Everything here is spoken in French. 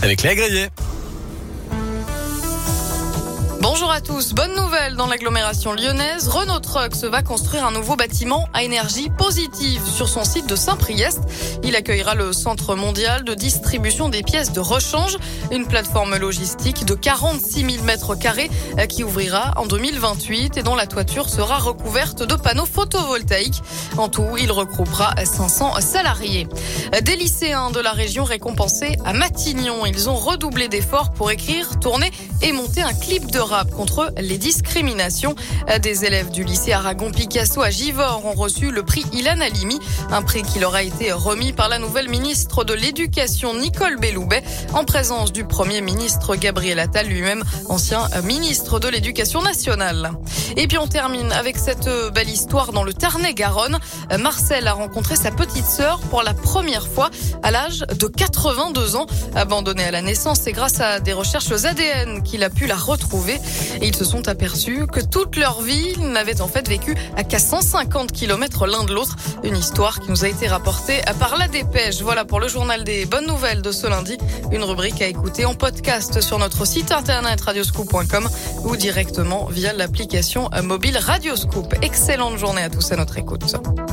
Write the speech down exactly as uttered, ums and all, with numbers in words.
avec Léa Grillet. Bonjour à tous, bonne nouvelle dans l'agglomération lyonnaise. Renault Trucks va construire un nouveau bâtiment à énergie positive sur son site de Saint-Priest. Il accueillera le centre mondial de distribution des pièces de rechange, une plateforme logistique de quarante-six mille mètres carrés qui ouvrira en deux mille vingt-huit et dont la toiture sera recouverte de panneaux photovoltaïques. En tout, il regroupera cinq cents salariés. Des lycéens de la région récompensés à Matignon. Ils ont redoublé d'efforts pour écrire, tourner et monter un clip de rap contre les discriminations. Des élèves du lycée Aragon-Picasso à Givors ont reçu le prix Ilan Halimi, un prix qui leur a été remis par la nouvelle ministre de l'Éducation Nicole Belloubet en présence du Premier ministre Gabriel Attal, lui-même ancien ministre de l'Éducation nationale. Et puis on termine avec cette belle histoire dans le Tarn-et-Garonne. Marcel a rencontré sa petite sœur pour la première fois à l'âge de quatre-vingt-deux ans. Abandonnée à la naissance, c'est grâce à des recherches A D N qu'il a pu la retrouver. Et ils se sont aperçus que toute leur vie, ils n'avaient en fait vécu à qu'à cent cinquante kilomètres l'un de l'autre. Une histoire qui nous a été rapportée par La Dépêche. Voilà pour le journal des bonnes nouvelles de ce lundi. Une rubrique à écouter en podcast sur notre site internet radioscoop point com ou directement via l'application mobile Radioscoop. Excellente journée à tous à notre écoute.